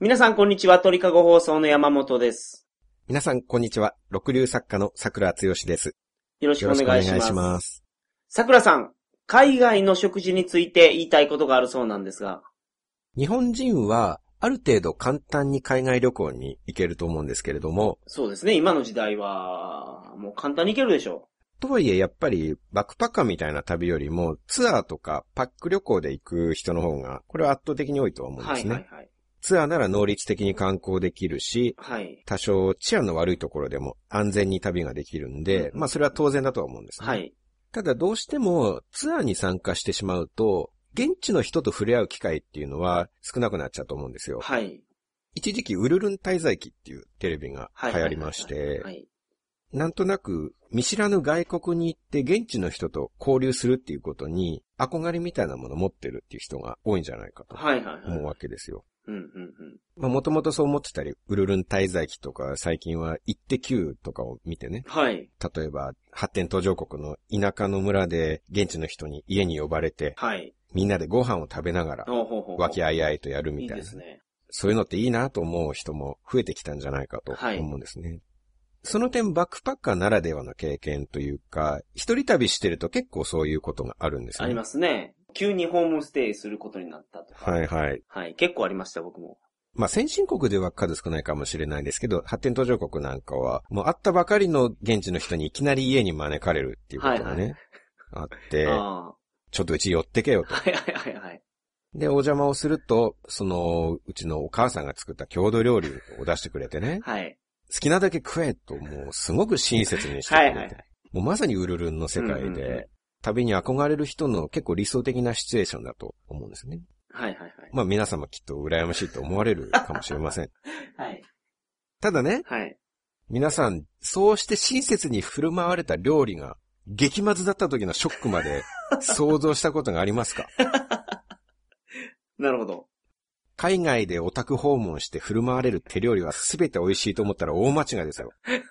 皆さんこんにちは。鳥かご放送の山本です。 皆さんこんにちは。六流作家の桜剛です。 よろしくお願いします。 さくらさん、海外の食事について言いたいことがあるそうなんですが。 日本人はある程度簡単に海外旅行に行けると思うんですけれども。 そうですね。今の時代はもう簡単に行けるでしょう。 とはいえやっぱりバックパッカーみたいな旅よりもツアーとかパック旅行で行く人の方がこれは圧倒的に多いとは思うんですね。はいはいはい。ツアーなら能率的に観光できるし、はい、多少治安の悪いところでも安全に旅ができるんで、まあそれは当然だとは思うんですね。はい、ただどうしてもツアーに参加してしまうと、現地の人と触れ合う機会っていうのは少なくなっちゃうと思うんですよ。はい、一時期ウルルン滞在記っていうテレビが流行りまして、なんとなく見知らぬ外国に行って現地の人と交流するっていうことに憧れみたいなものを持ってるっていう人が多いんじゃないかと思うわけですよ。もともとそう思ってたり、ウルルン滞在記とか最近はイッテ Q とかを見てね。はい。例えば発展途上国の田舎の村で現地の人に家に呼ばれて、はい。みんなでご飯を食べながら、和気あいあいとやるみたいな。いいですね。そういうのっていいなと思う人も増えてきたんじゃないかと思うんですね。はい、その点バックパッカーならではの経験というか、一人旅してると結構そういうことがあるんですね。 ありますね。急にホームステイすることになったとか。はいはい。はい。結構ありました、僕も。 まあ先進国では数少ないかもしれないですけど、発展途上国なんかは、もう会ったばかりの現地の人にいきなり家に招かれるっていうことがね、はいはい、あって、ちょっとうち寄ってけよと。はいはいはいはい。で、お邪魔をすると、うちのお母さんが作った郷土料理を出してくれてね。はい。好きなだけ食えと、もうすごく親切にしてくれて。はいはいはい、もうまさにウルルンの世界で、旅に憧れる人の結構理想的なシチュエーションだと思うんですね。はいはいはい。まあ皆様きっと羨ましいと思われるかもしれません。はい。ただね。はい。皆さん、そうして親切に振る舞われた料理が激まずだった時のショックまで想像したことがありますか？ なるほど。 海外でオタク訪問して振る舞われる手料理は全て美味しいと思ったら大間違いですよ。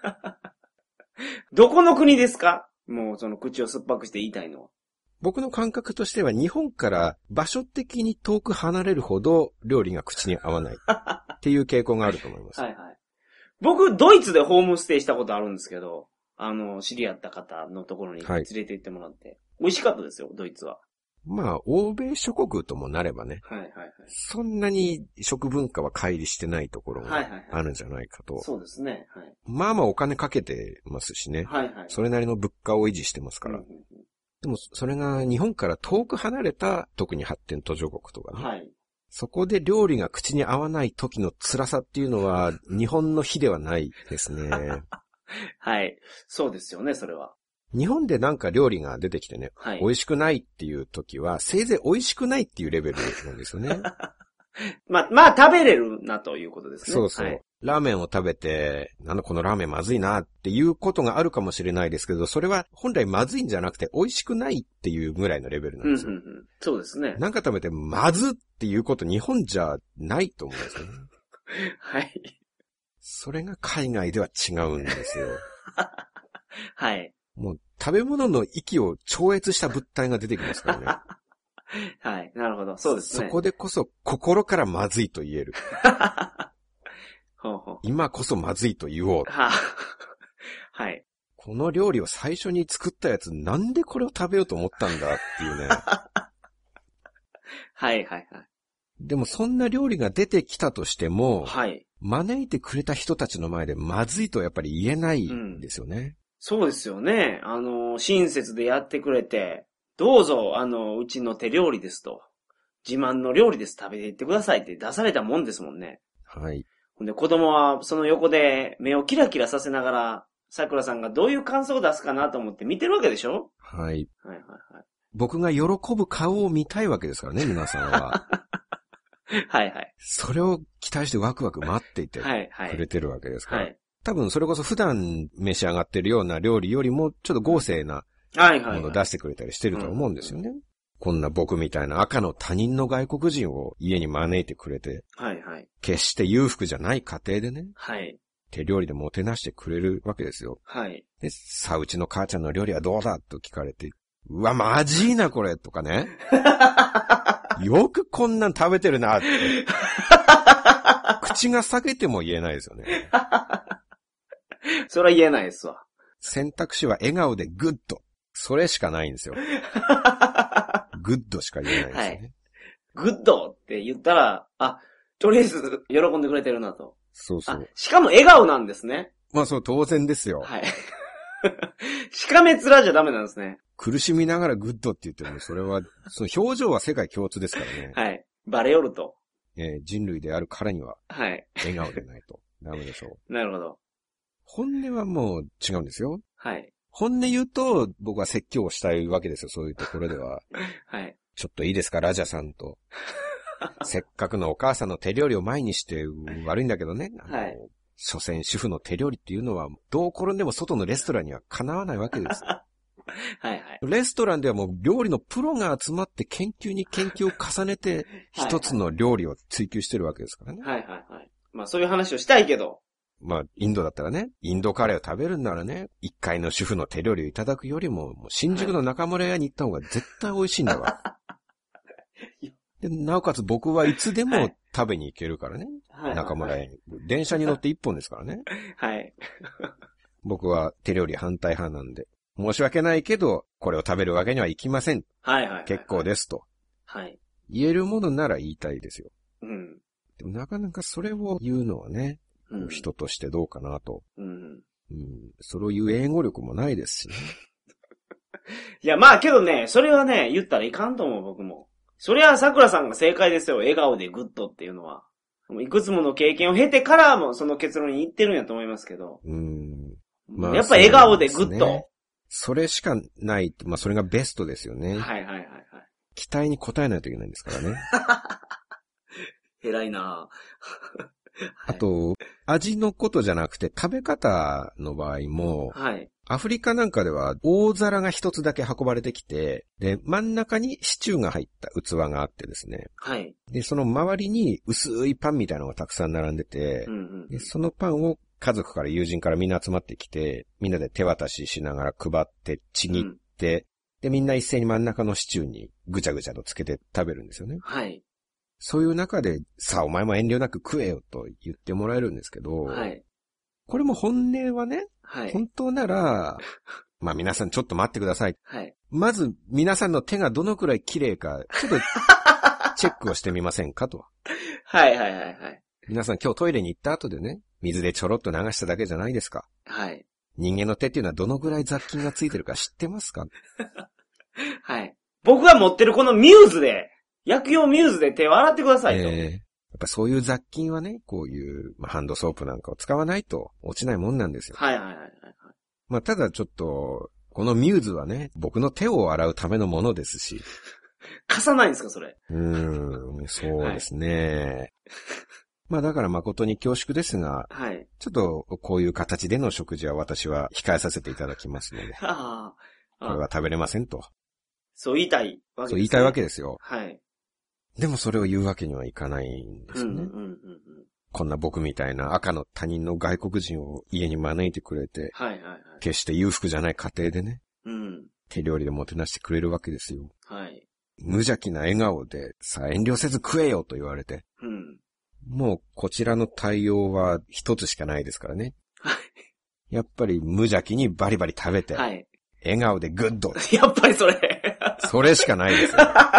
どこの国ですか？もうその口を酸っぱくして言いたいのは。 僕の感覚としては日本から場所的に遠く離れるほど料理が口に合わないっていう傾向があると思います。はいはい。 僕、ドイツでホームステイしたことあるんですけど、知り合った方のところに連れて行ってもらって、はい、美味しかったですよ、ドイツは。 まあ、欧米諸国ともなればね、はいはいはい、そんなに食文化は乖離してないところがあるんじゃないかと。はいはいはい、そうですね、はい。まあまあお金かけてますしね、はいはい、それなりの物価を維持してますから。うんうんうん、でも、それが日本から遠く離れた、特に発展途上国とかね。はい。そこで料理が口に合わない時の辛さっていうのは、日本の比ではないですね。 はい。そうですよね、それは。 日本でなんか料理が出てきてね、はい、美味しくないっていう時は、せいぜい美味しくないっていうレベルなんですよね。 まあ、食べれるなということですね。 そうそう。はい、ラーメンを食べて、なんだこのラーメンまずいなっていうことがあるかもしれないですけど、それは本来まずいんじゃなくて美味しくないっていうぐらいのレベルなんですよ。 そうですね。 なんか食べてまずっていうこと日本じゃないと思うんですよね。はい。それが海外では違うんですよ。はい。もう食べ物の域を超越した物体が出てきますからね。 はい。なるほど。そうですね。 そこでこそ心からまずいと言える。ほうほう、今こそまずいと言おう。はい。この料理を最初に作ったやつなんでこれを食べようと思ったんだっていうね。はいはいはい。でもそんな料理が出てきたとしても、はい。招いてくれた人たちの前でまずいとやっぱり言えないんですよね。 そうですよね。親切でやってくれて、どうぞ、うちの手料理ですと。自慢の料理です。食べていってくださいって出されたもんですもんね。はい。ほんで、子供はその横で目をキラキラさせながら、桜さんがどういう感想を出すかなと思って見てるわけでしょ？はい。はいはいはい。 僕が喜ぶ顔を見たいわけですからね、皆さんは。はいはい。それを期待してワクワク待っていてくれてるわけですから。はいはい。多分それこそ普段召し上がってるような料理よりもちょっと豪勢なものを出してくれたりしてると思うんですよね。こんな僕みたいな赤の他人の外国人を家に招いてくれて、はいはい、決して裕福じゃない家庭でね、はい、手料理でもてなしてくれるわけですよ。はい、で、さあうちの母ちゃんの料理はどうだと聞かれて、うわ、マジいなこれとかね。よくこんなん食べてるなって。 口が裂けても言えないですよね。 それは言えないですわ。 選択肢は笑顔でグッド。それしかないんですよ。グッドしか言えないですよね。はい。 グッドって言ったら、とりあえず喜んでくれてるなと。 そうそう。 しかも笑顔なんですね。 まあそう、当然ですよ。 はい。しかめ面じゃダメなんですね。 苦しみながらグッドって言っても、それは、その表情は世界共通ですからね。 はい。バレよると。 人類であるからには、 はい。 笑顔でないとダメでしょう。なるほど。 本音はもう違うんですよ。 はい。 本音言うと、僕は説教をしたいわけですよ、そういうところでは。 はい。 ちょっといいですか、ラジャさんと。せっかくのお母さんの手料理を前にして悪いんだけどね。はい。所詮主婦の手料理っていうのは、どう転んでも外のレストランにはかなわないわけです。 はいはい。 レストランではもう料理のプロが集まって研究に研究を重ねて、一つの料理を追求してるわけですからね。 はいはいはい。まあそういう話をしたいけど。 まあ、インドだったらね、インドカレーを食べるんならね、一階の主婦の手料理をいただくよりも、新宿の中村屋に行った方が絶対美味しいんだわ。で、なおかつ僕はいつでも食べに行けるからね。はい、中村屋に。電車に乗って一本ですからね。 はい。 僕は手料理反対派なんで。申し訳ないけど、これを食べるわけにはいきません。 はいはい。 結構ですと。 はい。 言えるものなら言いたいですよ。 うん。 でもなかなかそれを言うのはね、うん、人としてどうかなと。 うん。 うん。それを言う英語力もないですしね。 いや、まあけどね、それはね、言ったらいかんと思う、僕も。そりゃ、桜さんが正解ですよ。笑顔でグッドっていうのは。いくつもの経験を経てからもその結論に行ってるんやと思いますけど。 まあ、 やっぱ笑顔でグッド。 それしかない。まあ、それがベストですよね。 はいはいはいはい。 期待に応えないといけないんですからね。 偉いなぁ。あと、味のことじゃなくて食べ方の場合も、はい。アフリカなんかでは大皿が一つだけ運ばれてきて、で、真ん中にシチューが入った器があってですね。 はい。 で、その周りに薄いパンみたいなのがたくさん並んでて、でそのパンを家族から友人からみんな集まってきて、みんなで手渡ししながら配ってちぎって、で、みんな一斉に真ん中のシチューにぐちゃぐちゃとつけて食べるんですよね。 はい。 そういう中で、さあお前も遠慮なく食えよと言ってもらえるんですけど、はい。これも本音はね、はい。本当なら、まあ皆さんちょっと待ってください。はい。まず皆さんの手がどのくらい綺麗か、ちょっとチェックをしてみませんかと。 はいはいはいはい。皆さん今日トイレに行った後でね、水でちょろっと流しただけじゃないですか。 はい。 人間の手っていうのはどのくらい雑菌がついてるか知ってますか？ はい。僕が持ってるこのミューズで、薬用ミューズで手を洗ってくださいと。 やっぱそういう雑菌はね、こういう、ハンドソープなんかを使わないと落ちないもんなんですよ。 はいはいはいはい。 まあただちょっと、このミューズはね、僕の手を洗うためのものですし。 貸さないんですかそれ。 そうですね。はい、まあだから誠に恐縮ですが、はい。ちょっとこういう形での食事は私は控えさせていただきますので。これは食べれませんと。 そう言いたいわけですね。 そう言いたいわけですよ。 はい。でもそれを言うわけにはいかないんですよね。こんな僕みたいな赤の他人の外国人を家に招いてくれて、はいはいはい、決して裕福じゃない家庭でね、手料理でもてなしてくれるわけですよ。はい、無邪気な笑顔で、さあ遠慮せず食えよと言われて、もうこちらの対応は一つしかないですからね。はい、やっぱり無邪気にバリバリ食べて、はい、笑顔でグッド。 やっぱりそれ。 それしかないですよ。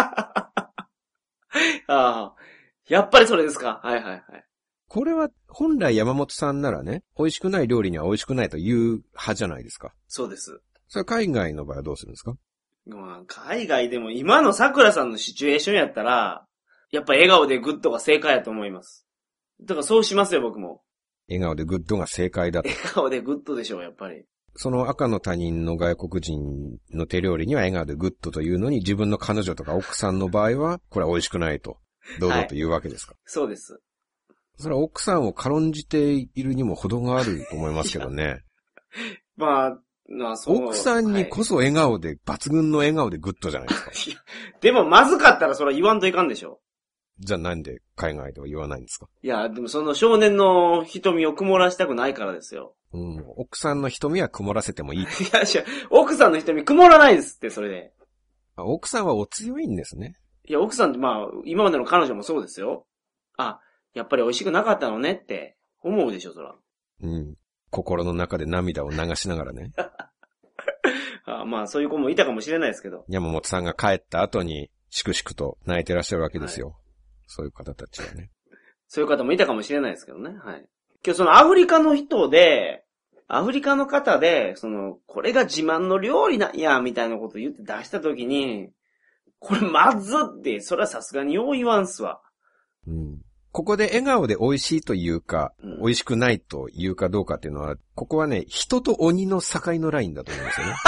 やっぱりそれですか。はいはいはい。 これは本来山本さんならね、美味しくない料理には美味しくないという派じゃないですか。 そうです。 それは海外の場合はどうするんですか？ まあ、海外でも今の桜さんのシチュエーションやったら、やっぱ笑顔でグッドが正解やと思います。だからそうしますよ、僕も。 笑顔でグッドが正解だと。 笑顔でグッドでしょう、やっぱり。 その赤の他人の外国人の手料理には笑顔でグッドというのに、自分の彼女とか奥さんの場合は、これは美味しくないと、堂々と言うわけですか？はい、 そうです。 それは奥さんを軽んじているにも程があると思いますけどね。 まあ、そう。 奥さんにこそ笑顔で、抜群の笑顔でグッドじゃないですか。いや、 でもまずかったらそれは言わんといかんでしょ。 じゃあなんで海外では言わないんですか？ いや、でもその少年の瞳を曇らしたくないからですよ。 奥さんの瞳は曇らせてもいい。いや、奥さんの瞳曇らないですって、それで。 奥さんはお強いんですね。 いや、奥さんってまあ、今までの彼女もそうですよ。 やっぱり美味しくなかったのねって思うでしょ、そら。 うん。心の中で涙を流しながらね。 まあそういう子もいたかもしれないですけど。 山本さんが帰った後に、しくしくと泣いてらっしゃるわけですよ。はい、そういう方たちはね。 そういう方もいたかもしれないですけどね。はい。今日そのアフリカの人で、アフリカの方で、これが自慢の料理なんや、みたいなことを言って出したときに、これまずって、それはさすがによう言わんすわ。 うん。ここで笑顔で美味しいというか、美味しくないというかどうかっていうのは、ここはね、人と鬼の境のラインだと思うんですよね。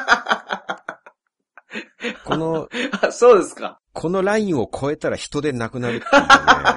この、 そうですか。 このラインを超えたら人でなくなるっていうね。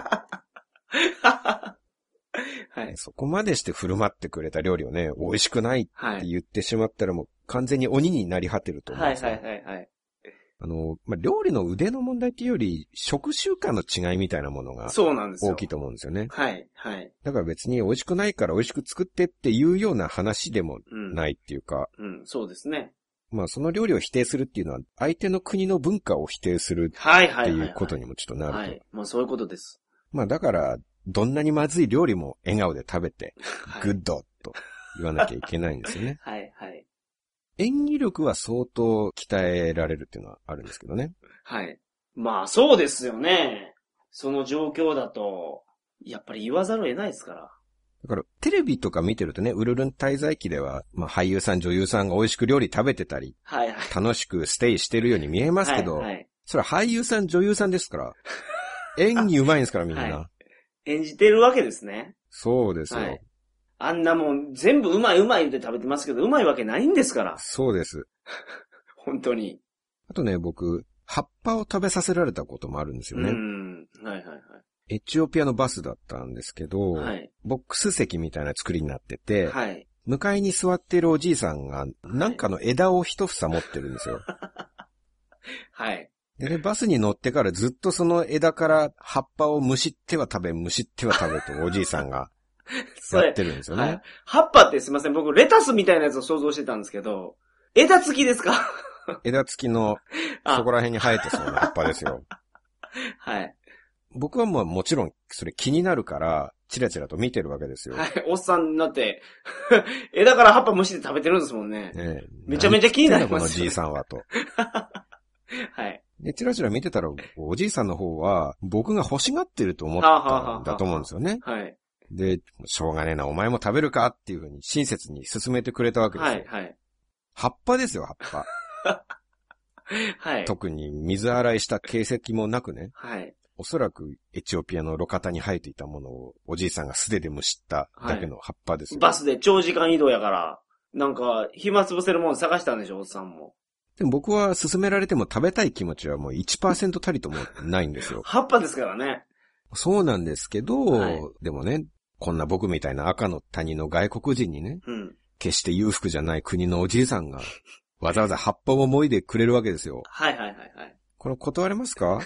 はい、そこまでして振る舞ってくれた料理をね、美味しくないって言ってしまったらもう完全に鬼になり果てると思うんですよ。はい。料理の腕の問題っていうより、食習慣の違いみたいなものが大きいと思うんですよね。 はい、はい。 だから別に美味しくないから美味しく作ってっていうような話でもないっていうか。 そうですね。 まあその料理を否定するっていうのは、相手の国の文化を否定するっていうことにもちょっとなると。はい。 まあそういうことです。 まあだから、どんなにまずい料理も笑顔で食べて、グッドと言わなきゃいけないんですよね。 はい、はい。 演技力は相当鍛えられるっていうのはあるんですけどね。 はい。まあそうですよね。その状況だと、やっぱり言わざるを得ないですから。 だからテレビとか見てるとね、ウルルン滞在期では、まあ俳優さん女優さんが美味しく料理食べてたり、はいはい、楽しくステイしてるように見えますけど、はいはい、それは俳優さん女優さんですから、演技うまいんですからみんな、はい。 演じてるわけですね。 そうですよ。はい、 あんなもん全部うまい言って食べてますけど、うまいわけないんですから。 そうです。 本当に。 あとね、僕、葉っぱを食べさせられたこともあるんですよね。 はいはいはい。 エチオピアのバスだったんですけど、はい、ボックス席みたいな作りになってて、はい、向かいに座っているおじいさんが、なんかの枝を一房持ってるんですよ。はい。でね、バスに乗ってからずっとその枝から葉っぱをむしっては食べとおじいさんがやってるんですよね。はい、 葉っぱってすいません、僕レタスみたいなやつを想像してたんですけど、枝付きですか？ 枝付きの、そこら辺に生えてそうな葉っぱですよ。はい。僕はもちろんそれ気になるから、チラチラと見てるわけですよ。 はい、おっさんになって、枝から葉っぱむしって食べてるんですもんね。めちゃめちゃ気になりますよ、ね。このじいさんはと。 はい。 で、チラチラ見てたら、おじいさんの方は、僕が欲しがってると思ったんだと思うんですよね。はい。で、しょうがねえな、お前も食べるかっていうふうに親切に勧めてくれたわけですよ。はい、はい。葉っぱですよ、葉っぱ。はい。特に水洗いした形跡もなくね。はい。おそらくエチオピアの路肩に生えていたものをおじいさんが素手で蒸しただけの葉っぱですよ。 バスで長時間移動やから、なんか暇つぶせるもの探したんでしょ、おっさんも。 でも僕は勧められても食べたい気持ちはもう 1% たりともないんですよ。 葉っぱですからね。 そうなんですけど、はい、でもね、こんな僕みたいな赤の他人の外国人にね、決して裕福じゃない国のおじいさんが、わざわざ葉っぱをもいでくれるわけですよ。 はいはいはいはい。 これ断れますか？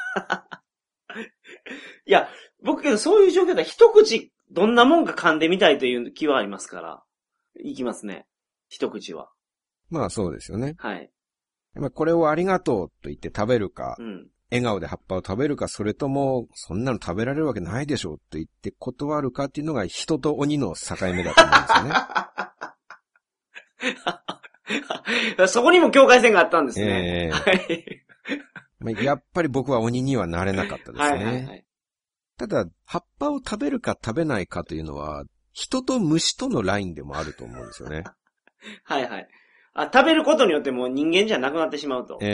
いや、僕けどそういう状況だったら一口どんなもんか噛んでみたいという気はありますから。いきますね。一口は。 まあそうですよね。 はい。 これをありがとうと言って食べるか、笑顔で葉っぱを食べるか、それとも、そんなの食べられるわけないでしょうと言って断るかっていうのが人と鬼の境目だと思うんですよね。そこにも境界線があったんですね。はい。 やっぱり僕は鬼にはなれなかったですね。はいはいはい、ただ、葉っぱを食べるか食べないかというのは、人と虫とのラインでもあると思うんですよね。 はいはい。食べることによってもう人間じゃなくなってしまうと。はい。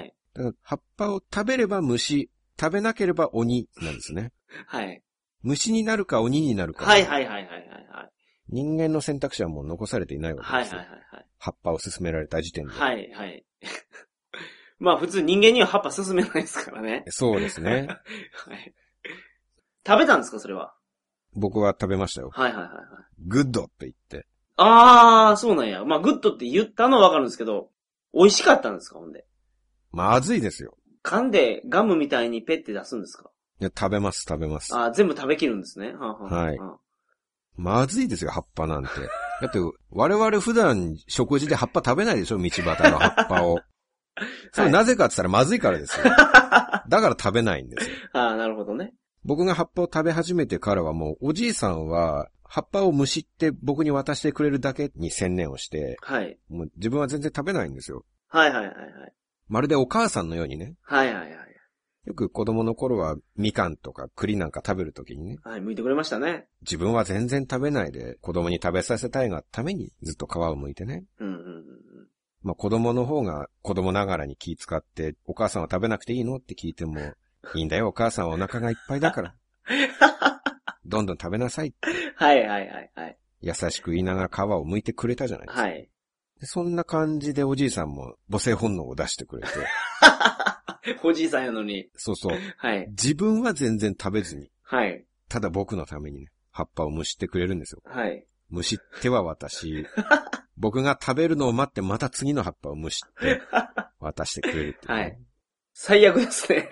だから葉っぱを食べれば虫、食べなければ鬼なんですね。はい。虫になるか鬼になるか。 はいはいはいはいはい。 人間の選択肢はもう残されていないわけですよ。はいはいはいはい。葉っぱを勧められた時点で。 はいはい。まあ普通人間には葉っぱ勧めないですからね。 そうですね。 はい。食べたんですかそれは。 僕は食べましたよ。 はいはいはいはい。 グッドって言って。 ああ、そうなんや。まあ、グッドって言ったのはわかるんですけど、美味しかったんですかほんで。 まずいですよ。 噛んでガムみたいにペッて出すんですか？ いや、食べます。 ああ、全部食べきるんですね。 はい。まずいですよ、葉っぱなんて。だって、我々普段食事で葉っぱ食べないでしょ道端の葉っぱを。それなぜかって言ったらまずいからですよ。だから食べないんですよ。 ああ、なるほどね。 僕が葉っぱを食べ始めてからはもう、おじいさんは、葉っぱをむしって僕に渡してくれるだけに専念をして、はい。もう自分は全然食べないんですよ。 はいはいはいはい。 まるでお母さんのようにね。 はいはいはい。 よく子供の頃はみかんとか栗なんか食べるときにね。 はい、剥いてくれましたね。 自分は全然食べないで子供に食べさせたいがためにずっと皮を剥いてね。まあ子供の方が子供ながらに気遣ってお母さんは食べなくていいのって聞いてもいいんだよお母さんはお腹がいっぱいだから。どんどん食べなさいって。 はいはいはいはい。 優しく言いながら皮を剥いてくれたじゃないですか。はい。でそんな感じでおじいさんも母性本能を出してくれて。 おじいさんやのに。 そうそう。はい。自分は全然食べずに。 はい。 ただ僕のためにね、葉っぱを蒸してくれるんですよ。 はい。 蒸しては私、僕が食べるのを待ってまた次の葉っぱを蒸して渡してくれるっていう、ね。はい。 最悪ですね。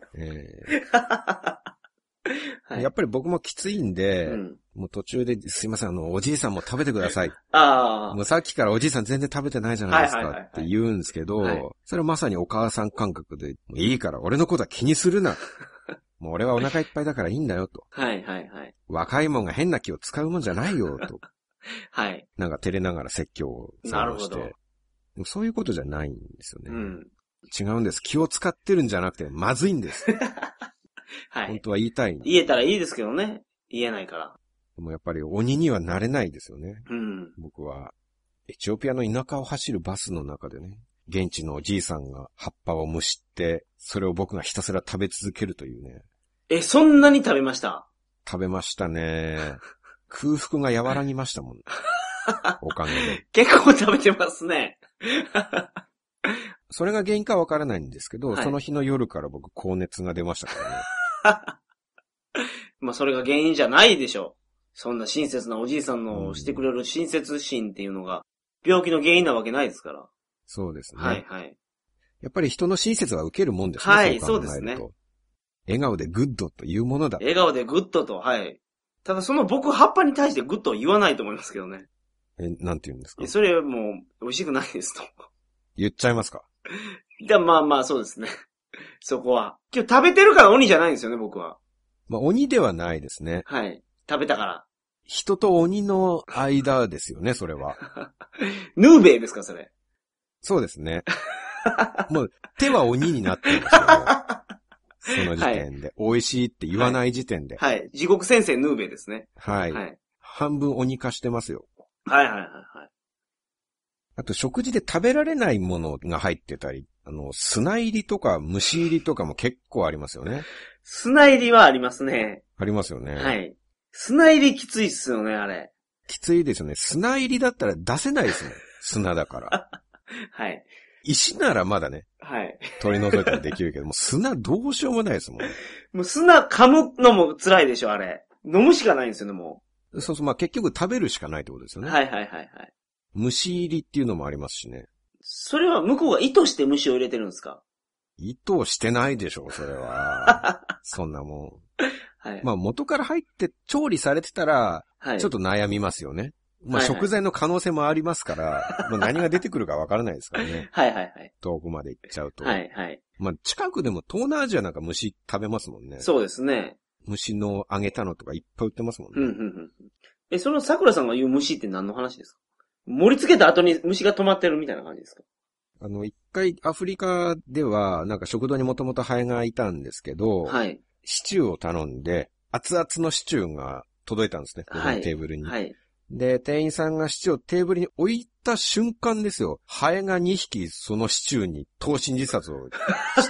はい、やっぱり僕もきついんで、もう途中ですいません、おじいさんも食べてください。ああ。もうさっきからおじいさん全然食べてないじゃないですかって言うんですけど、それはまさにお母さん感覚で、いいから俺のことは気にするな。もう俺はお腹いっぱいだからいいんだよと。はいはいはい。若いもんが変な気を使うもんじゃないよと。はい。なんか照れながら説教をさして。なるほど。そういうことじゃないんですよね。うん。違うんです。気を使ってるんじゃなくて、まずいんです。はい。本当は言いたい。 言えたらいいですけどね。言えないから。 でもやっぱり鬼にはなれないですよね。うん。僕は、エチオピアの田舎を走るバスの中でね、現地のおじいさんが葉っぱを蒸して、それを僕がひたすら食べ続けるというね。 そんなに食べました？ 食べましたね。空腹が和らぎましたもん。おかげで。 結構食べてますね。 それが原因かわからないんですけど、はい、その日の夜から僕高熱が出ましたからね。 まあそれが原因じゃないでしょう。そんな親切なおじいさんのしてくれる親切心っていうのが病気の原因なわけないですから。 そうですね。 はいはい。 やっぱり人の親切は受けるもんですね。 はい、そうですね。 笑顔でグッドというものだ。 笑顔でグッドと、はい。ただその僕葉っぱに対してグッドは言わないと思いますけどね。 なんて言うんですか？ それもう美味しくないですと。 言っちゃいますか？ まあまあそうですね。そこは。今日食べてるから鬼じゃないんですよね、僕は。 まあ鬼ではないですね。 はい。食べたから。 人と鬼の間ですよね、それは。 ヌーベイですか、それ。 そうですね。もう手は鬼になってるんですよ。その時点で、はい。美味しいって言わない時点で。 はい。地獄先生ヌーベイですね。 はい。はい。半分鬼化してますよ。 はいはいはいはい。 あと食事で食べられないものが入ってたり、砂入りとか虫入りとかも結構ありますよね。 砂入りはありますね。 ありますよね。 はい。砂入りきついっすよね、あれ。 きついですよね。砂入りだったら出せないですね。砂だから。 はい。 石ならまだね。はい。取り除いたらできるけども、砂どうしようもないですもん。 もう砂噛むのも辛いでしょ、あれ。飲むしかないんですよね、もう。そうそう、まあ結局食べるしかないってことですよね。 はいはいはいはい。 虫入りっていうのもありますしね。 それは向こうが意図して虫を入れてるんですか？ 意図してないでしょ、それは。そんなもん。はい。まあ元から入って調理されてたら、はい。ちょっと悩みますよね。まあ食材の可能性もありますから、まあ何が出てくるかわからないですからね。はいはいはい。遠くまで行っちゃうと。はいはい。まあ近くでも東南アジアなんか虫食べますもんね。 そうですね。 虫の揚げたのとかいっぱい売ってますもんね。 その桜さんが言う虫って何の話ですか？盛り付けた後に虫が止まってるみたいな感じですか？ 一回アフリカではなんか食堂にもともとハエがいたんですけど、はい。シチューを頼んで、熱々のシチューが届いたんですね。はい。テーブルに。はい。で、店員さんがシチューをテーブルに置いた瞬間ですよ。ハエが2匹そのシチューに投身自殺をして、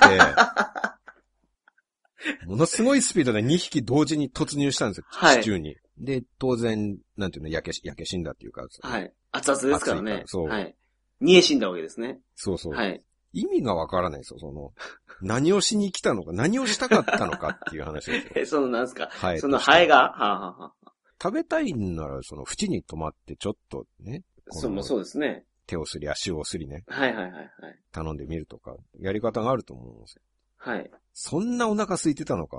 ものすごいスピードで2匹同時に突入したんですよ。はい。シチューに。で、当然、なんていうの、焼け死んだっていうか。はい。 熱々ですからね。そう。はい。煮え死んだわけですね。 そうそう。はい。意味がわからないですよ、何をしに来たのか、何をしたかったのかっていう話ですよ。 なんですか。はい。そのハエが、 食べたいんなら、縁に止まってちょっとね。 そうですね。 手をすり、足をすりね。 はいはいはいはい。 頼んでみるとか、やり方があると思うんですよ。 はい。 そんなお腹空いてたのか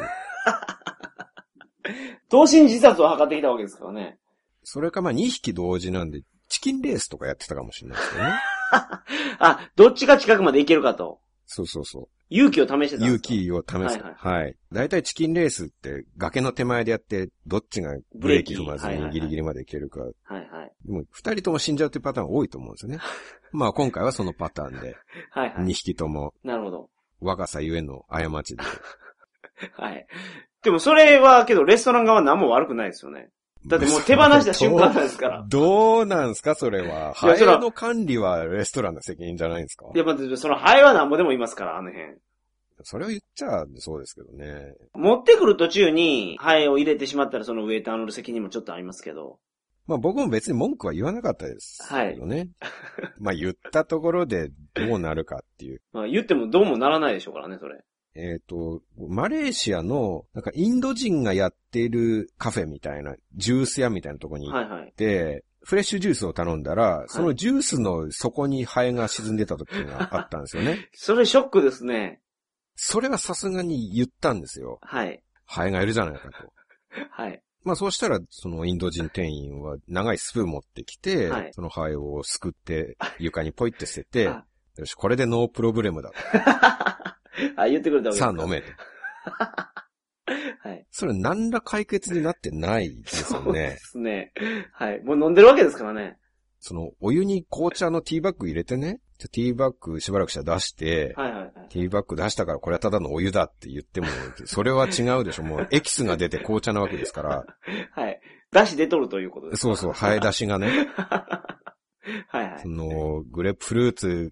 っていう。 投身自殺を図ってきたわけですからね。 それかまあ2匹同時なんで、チキンレースとかやってたかもしれないですよね。 どっちが近くまで行けるかと。 そうそうそう。 勇気を試してたんですか？ 勇気を試す。はい。だいたいチキンレースって崖の手前でやって、どっちがブレーキ踏まずにギリギリまでいけるか。はいはい。でも二人とも死んじゃうっていうパターン多いと思うんですよね。まあ今回はそのパターンで。はいはい。二匹とも。なるほど。若さゆえの過ちで。 はい。でもそれはけどレストラン側は何も悪くないですよね。だってもう手放した瞬間なんですから。 どうなんですかそれは。ハエの管理はレストランの責任じゃないんですか？ いや、まあ、そのハエはなんぼでもいますから、あの辺。 それを言っちゃそうですけどね。 持ってくる途中にハエを入れてしまったらそのウェイターの責任もちょっとありますけど。 まあ僕も別に文句は言わなかったですけどね。はい、まあ言ったところでどうなるかっていう。 まあ言ってもどうもならないでしょうからね、それ。 マレーシアの、なんかインド人がやっているカフェみたいな、ジュース屋みたいなとこに行って、はいはい、フレッシュジュースを頼んだら、そのジュースの底にハエが沈んでた時があったんですよね。 それショックですね。 それはさすがに言ったんですよ。はい。ハエがいるじゃないかと。はい。まあそうしたら、そのインド人店員は長いスプーン持ってきて、はい、そのハエをすくって床にポイって捨てて、よし、これでノープロブレムだと。 あ、言ってくれたわけですか。 さあ飲めと。はい。それ何ら解決になってないですよね。そうですね。はい。もう飲んでるわけですからね。 その、お湯に紅茶のティーバッグ入れてね、ティーバッグしばらくしたら出して、はいはいはい、ティーバッグ出したからこれはただのお湯だって言っても、それは違うでしょ。もうエキスが出て紅茶なわけですから。 はい。出汁出とるということです。 そうそう、ハエ出しがね。はいはい。その、グレープフルーツ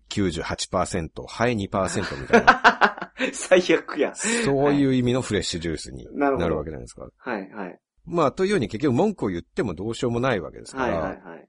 98%、ハエ 2% みたいな。 最悪や。 そういう意味のフレッシュジュースになるわけじゃないですか。はいはい。まあ、というように結局文句を言ってもどうしようもないわけですから。はいはいはい。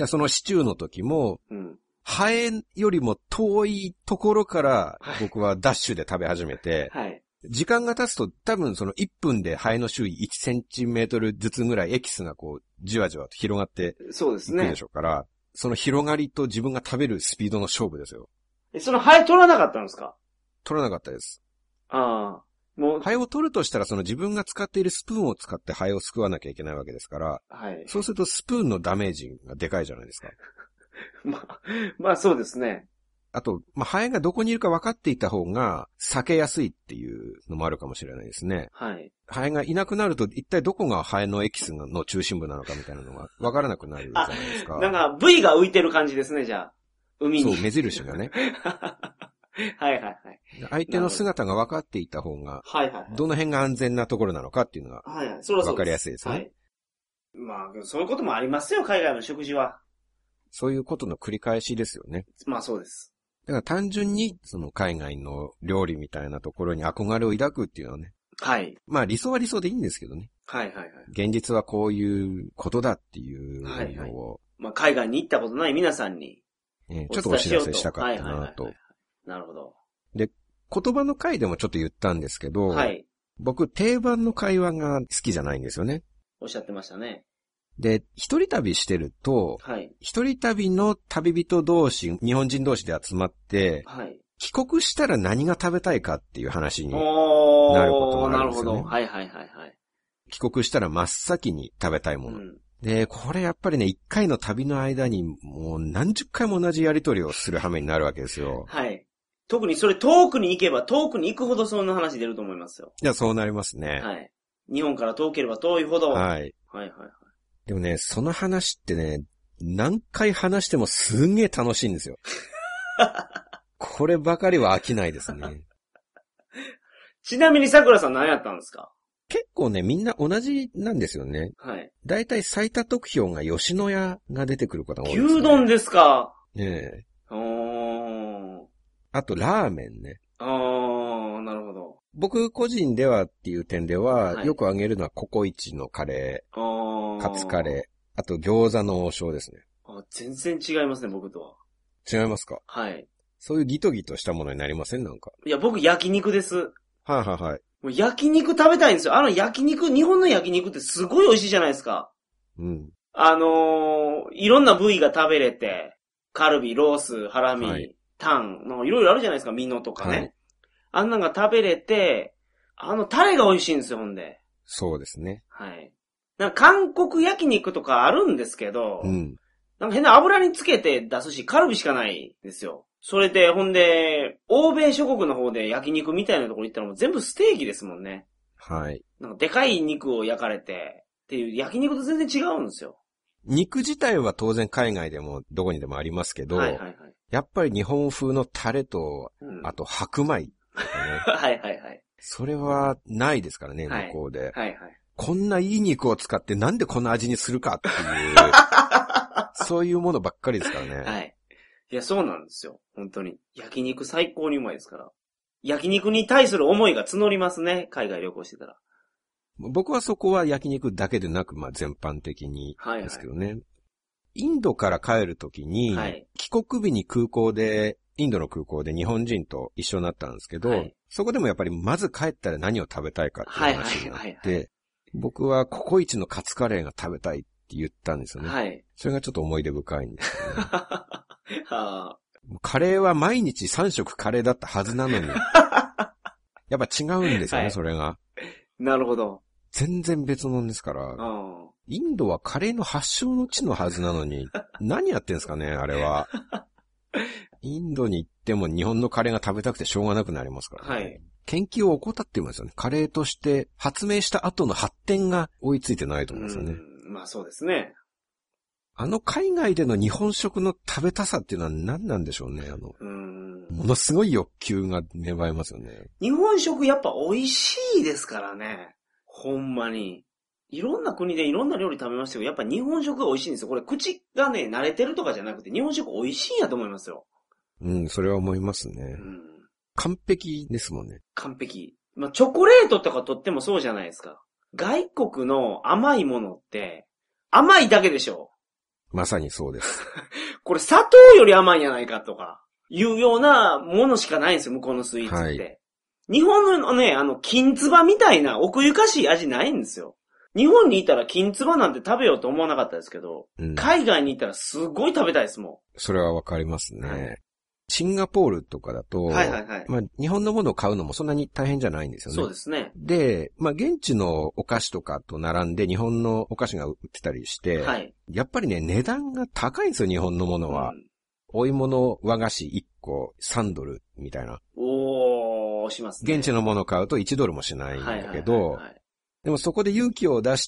そのシチューの時も、ハエよりも遠いところから僕はダッシュで食べ始めて、はい。時間が経つと多分その1分でハエの周囲1センチメートルずつぐらいエキスがこう、じわじわと広がっていくでしょうから、その広がりと自分が食べるスピードの勝負ですよ。 そのハエ取らなかったんですか？ 取らなかったです。ああ。もう。ハエを取るとしたらその自分が使っているスプーンを使ってハエをすくわなきゃいけないわけですから、はい。そうするとスプーンのダメージがでかいじゃないですか。 まあそうですね。 あと、ハエがどこにいるか分かっていた方が避けやすいっていうのもあるかもしれないですね。はい。ハエがいなくなると一体どこがハエのエキスの中心部なのかみたいなのが分からなくなるじゃないですか。 なんか V が浮いてる感じですね、じゃあ。海に。 そう、目印がね。 はいはいはい。 相手の姿が分かっていた方が、はいはい。どの辺が安全なところなのかっていうのが、はいはい。分かりやすいですね。はい。 まあ、そういうこともありますよ、海外の食事は。 そういうことの繰り返しですよね。 まあそうです。 だから単純に、その海外の料理みたいなところに憧れを抱くっていうのはね。はい。まあ理想は理想でいいんですけどね。はいはいはい。現実はこういうことだっていうのを。はいはい。 まあ海外に行ったことない皆さんに。 ちょっとお知らせしたかったなと。 なるほど。 で、言葉の回でもちょっと言ったんですけど。はい。僕定番の会話が好きじゃないんですよね。 おっしゃってましたね。 で、一人旅してると、はい、一人旅の旅人同士、日本人同士で集まって、はい、帰国したら何が食べたいかっていう話になることがあるんですよね。なるほど。はいはいはいはい。帰国したら真っ先に食べたいもの。で、これやっぱりね、一回の旅の間にもう何十回も同じやりとりをする羽目になるわけですよ。はい。 特にそれ遠くに行けば遠くに行くほどそんな話出ると思いますよ。 いや、そうなりますね。 はい。日本から遠ければ遠いほど。はい。はいはいはい。 でもね、その話ってね、何回話してもすんげえ楽しいんですよ。こればかりは飽きないですね。 ちなみに桜さん何やったんですか？ 結構ね、みんな同じなんですよね。はい。だいたい最多得票が吉野家が出てくることが多いですね。 牛丼ですか？ ねえ。あと、ラーメンね。 なるほど。 僕個人ではっていう点では、はい、よく挙げるのはココイチのカレー、カツカレー、あと餃子の王将ですね。 全然違いますね、僕とは。 違いますか？はい。そういうギトギトしたものになりません？なんか。 いや、僕焼肉です。 はいはいはい。 もう焼肉食べたいんですよ。焼肉、日本の焼肉ってすごい美味しいじゃないですか。うん。いろんな部位が食べれて、カルビ、ロース、ハラミ、はい、タン、いろいろあるじゃないですか、ミノとかね。はい、あんなんが食べれて、タレが美味しいんですよ、ほんで。 そうですね。 はい。なんか韓国焼肉とかあるんですけど、うん。なんか変な油につけて出すし、カルビしかないんですよ。 それで、ほんで、欧米諸国の方で焼肉みたいなところ行ったらもう全部ステーキですもんね。 はい。 なんかでかい肉を焼かれて、っていう焼肉と全然違うんですよ。 肉自体は当然海外でもどこにでもありますけど、 はいはいはい、 やっぱり日本風のタレと、あと白米とかね。 はいはいはい。 それはないですからね、向こうで。 はいはいはい。 こんないい肉を使ってなんでこの味にするかっていう、そういうものばっかりですからね。 はい。いや、そうなんですよ。本当に。焼肉最高にうまいですから。焼肉に対する思いが募りますね、海外旅行してたら。 僕はそこは焼肉だけでなく、全般的にですけどね。はいはい、インドから帰るときに、はい、帰国日にインドの空港で日本人と一緒になったんですけど、はい、そこでもやっぱりまず帰ったら何を食べたいかっていう話になって、僕はココイチのカツカレーが食べたいって言ったんですよね。はい、それがちょっと思い出深いんですよね。はあ、カレーは毎日3食カレーだったはずなのに、やっぱ違うんですよね、はい、それが。 なるほど。 全然別物ですから。インドはカレーの発祥の地のはずなのに、何やってんすかね、あれは。インドに行っても日本のカレーが食べたくてしょうがなくなりますからね。はい。研究を怠ってますよね。カレーとして発明した後の発展が追いついてないと思うんですよね。 まあそうですね。 海外での日本食の食べたさっていうのは何なんでしょうね。ものすごい欲求が芽生えますよね。 日本食やっぱ美味しいですからね。ほんまに。いろんな国でいろんな料理食べましたけど、やっぱ日本食が美味しいんですよ。これ口がね、慣れてるとかじゃなくて、日本食美味しいんやと思いますよ。 それは思いますね。完璧ですもんね。 完璧。チョコレートとかとってもそうじゃないですか。外国の甘いものって、甘いだけでしょ。 まさにそうです。 これ砂糖より甘いんじゃないかとか、いうようなものしかないんですよ、向こうのスイーツって。はい、日本のね、金つばみたいな奥ゆかしい味ないんですよ。日本にいたら金つばなんて食べようと思わなかったですけど、海外にいたらすごい食べたいですもん。 それはわかりますね。はい、シンガポールとかだと、日本のものを買うのもそんなに大変じゃないんですよね。 そうですね。 で、現地のお菓子とかと並んで日本のお菓子が売ってたりして、はい、やっぱりね、値段が高いんですよ、日本のものは。お芋の和菓子1個3ドルみたいな。 しますね。 現地のものを買うと1ドルもしないんだけど、でもそこで勇気を出して、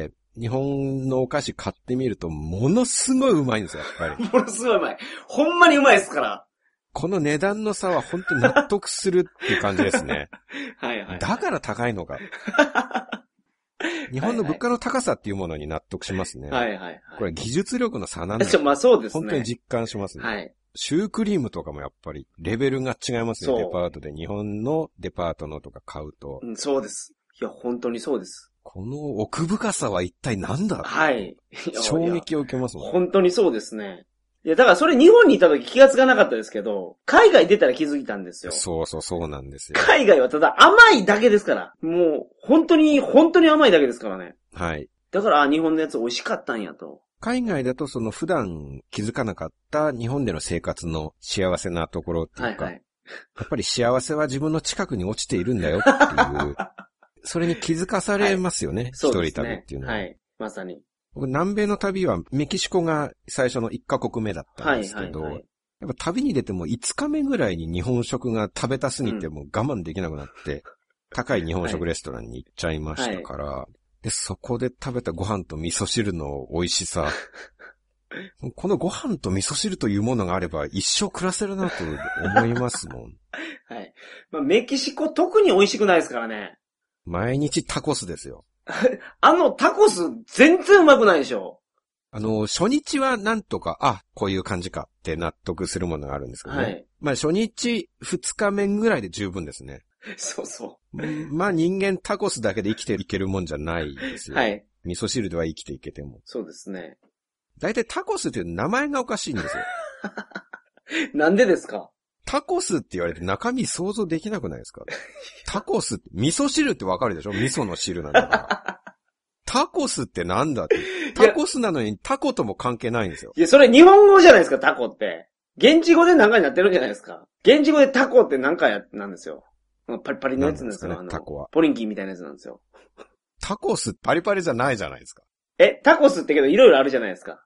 日本のお菓子買ってみると、ものすごいうまいんですよ、やっぱり。 ものすごいうまい。ほんまにうまいですから。 この値段の差は本当に納得するっていう感じですね。はいはい。だから高いのか。日本の物価の高さっていうものに納得しますね。はいはいはい。これ技術力の差なんだ。 そうですね。 本当に実感しますね。はい。シュークリームとかもやっぱりレベルが違いますね。デパートで。日本のデパートのとか買うと。 そうです。いや、本当にそうです。 この奥深さは一体何だ。 はい。 衝撃を受けますもん。 本当にそうですね。いや、だからそれ日本にいた時気がつかなかったですけど、海外出たら気づいたんですよ。 そうなんですよ。 海外はただ甘いだけですから。もう、本当に甘いだけですからね。はい。だから、日本のやつ美味しかったんやと。 海外だと普段気づかなかった日本での生活の幸せなところっていうか、はいはい、やっぱり幸せは自分の近くに落ちているんだよっていう、それに気づかされますよね、はい、一人旅っていうのは。はい、 まさに。 僕、南米の旅はメキシコが最初の1カ国目だったんですけど、やっぱ旅に出ても5日目ぐらいに日本食が食べたすぎても我慢できなくなって、高い日本食レストランに行っちゃいましたから、で、そこで食べたご飯と味噌汁の美味しさ。このご飯と味噌汁というものがあれば一生暮らせるなと思いますもん。 はい。メキシコ特に美味しくないですからね。 毎日タコスですよ。 タコス全然うまくないでしょ。 初日はなんとか、こういう感じかって納得するものがあるんですけどね。はい。初日、2日目ぐらいで十分ですね。 そうそう。 人間タコスだけで生きていけるもんじゃないですよ。はい。味噌汁では生きていけても。 そうですね。 だいたいタコスっていう名前がおかしいんですよ。 なんでですか？ タコスって言われて中身想像できなくないですか？タコスって、味噌汁ってわかるでしょ？味噌の汁なんだから。タコスってなんだって。タコスなのにタコとも関係ないんですよ。 いや、それ日本語じゃないですか、タコって。現地語で何かになってるんじゃないですか。現地語でタコって何かなんですよ。パリパリのやつなんですよ、 タコは。 ポリンキーみたいなやつなんですよ。 タコスパリパリじゃないじゃないですか。 タコスってけどいろいろあるじゃないですか。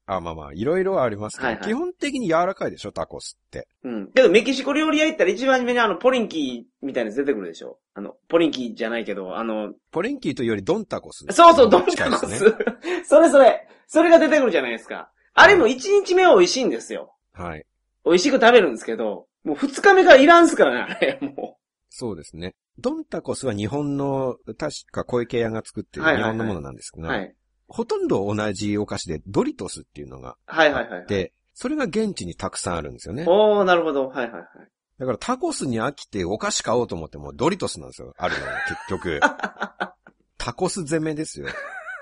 まあ、いろいろありますけど、はいはい、基本的に柔らかいでしょ、タコスって。 うん。けど、メキシコ料理屋行ったら一番初めにポリンキーみたいなやつ出てくるでしょ。ポリンキーじゃないけど、 ポリンキーというよりドンタコス。 そうそう、ドンタコス。それが出てくるじゃないですか。あれも1日目は美味しいんですよ。 はい。 美味しく食べるんですけど、もう2日目からいらんすからね、あれ、もう。 そうですね。ドンタコスは日本の、確か小池屋が作ってる日本のものなんですけど、はいはいはい、ほとんど同じお菓子でドリトスっていうのがあって、はいはいはいはい、それが現地にたくさんあるんですよね。 おー、なるほど。はいはいはい。 だからタコスに飽きてお菓子買おうと思ってもドリトスなんですよ。あるのは結局。タコス攻めですよ。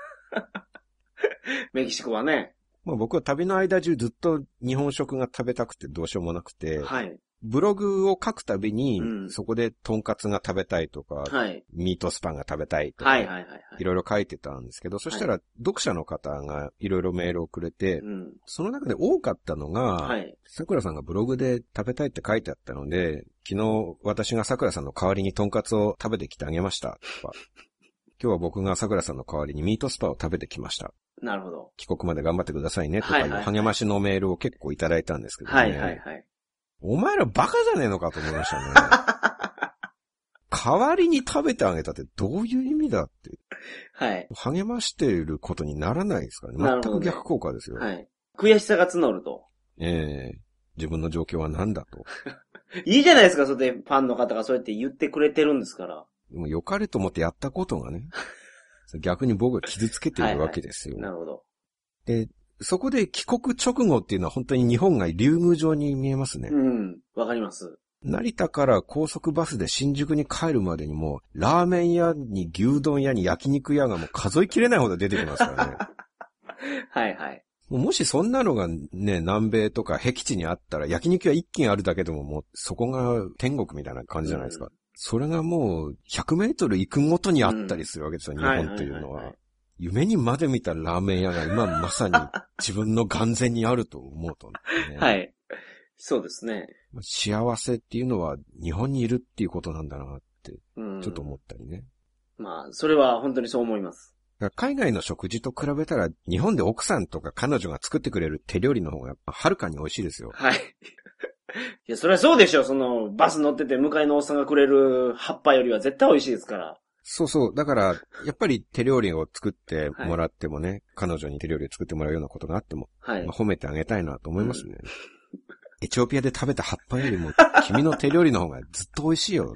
メキシコはね。 まあ、僕は旅の間中ずっと日本食が食べたくてどうしようもなくて、はい、ブログを書くたびに、そこでトンカツが食べたいとか、はい、ミートスパンが食べたいとか、はいはいはいはい、いろいろ書いてたんですけど、そしたら読者の方がいろいろメールをくれて、その中で多かったのが、桜さんがブログで食べたいって書いてあったので、昨日私が桜さんの代わりにトンカツを食べてきてあげましたとか、今日は僕が桜さんの代わりにミートスパを食べてきました。 なるほど。 帰国まで頑張ってくださいねとかいう励ましのメールを結構いただいたんですけどね。はいはいはい。お前らバカじゃねえのかと思いましたね。代わりに食べてあげたってどういう意味だって。はい。励ましていることにならないですからね。全く逆効果ですよ。はい。 悔しさが募ると。 自分の状況は何だと。 いいじゃないですか、それでファンの方がそうやって言ってくれてるんですから。 でも良かれと思ってやったことがね。逆に僕が傷つけているわけですよ。 はいはい、なるほど。 で、そこで帰国直後っていうのは本当に日本が竜宮城に見えますね。 うん、わかります。 成田から高速バスで新宿に帰るまでにもう、ラーメン屋に牛丼屋に焼肉屋がもう数えきれないほど出てきますからね。 はいはい。 もしそんなのがね、南米とか僻地にあったら焼肉屋一軒あるだけでももうそこが天国みたいな感じじゃないですか。それがもう100メートル行くごとにあったりするわけですよ、日本っていうのは。夢にまで見たラーメン屋が今まさに自分の眼前にあると思うと、ね。はい。 そうですね。 幸せっていうのは日本にいるっていうことなんだなって、ちょっと思ったりね。 まあ、それは本当にそう思います。 海外の食事と比べたら日本で奥さんとか彼女が作ってくれる手料理の方がはるかに美味しいですよ。はい。 いや、それはそうでしょ。バス乗ってて向かいのおっさんがくれる葉っぱよりは絶対美味しいですから。 そうそう。だから、やっぱり手料理を作ってもらってもね、はい、彼女に手料理を作ってもらうようなことがあっても、はい、褒めてあげたいなと思いますね。エチオピアで食べた葉っぱよりも、君の手料理の方がずっと美味しいよ。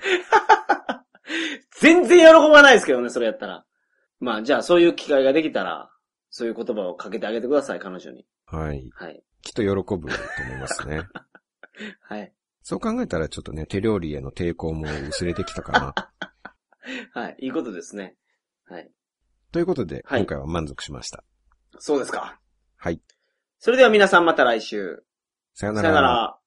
全然喜ばないですけどね、それやったら。まあ、じゃあそういう機会ができたら、そういう言葉をかけてあげてください、彼女に。はい。はい。 きっと喜ぶと思いますね。はい。そう考えたらちょっとね、手料理への抵抗も薄れてきたかな。 はい。いいことですね。はい。 ということで、はい、今回は満足しました。 そうですか。 はい。 それでは皆さんまた来週。 さよなら。 さよなら。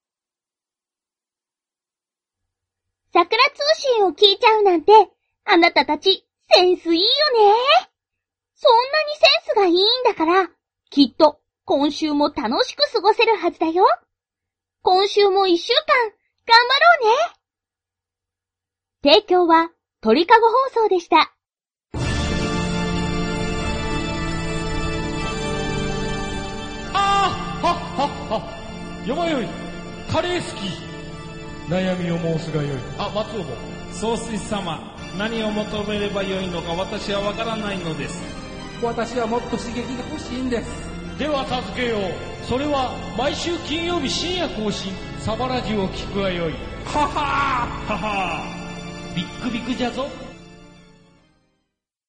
桜通信を聞いちゃうなんて、あなたたちセンスいいよね。そんなにセンスがいいんだから、きっと今週も楽しく過ごせるはずだよ。今週も1週間頑張ろうね。提供は鳥かご放送でした。 よまよい、カレー好き。悩みを申すがよい。松尾も。 総帥様、何を求めればよいのか私はわからないのです。 私はもっと刺激が欲しいんです。では助けよう。それは毎週金曜日深夜更新、サバラジュを聞くがよい。ははーははー、ビックビックじゃぞ。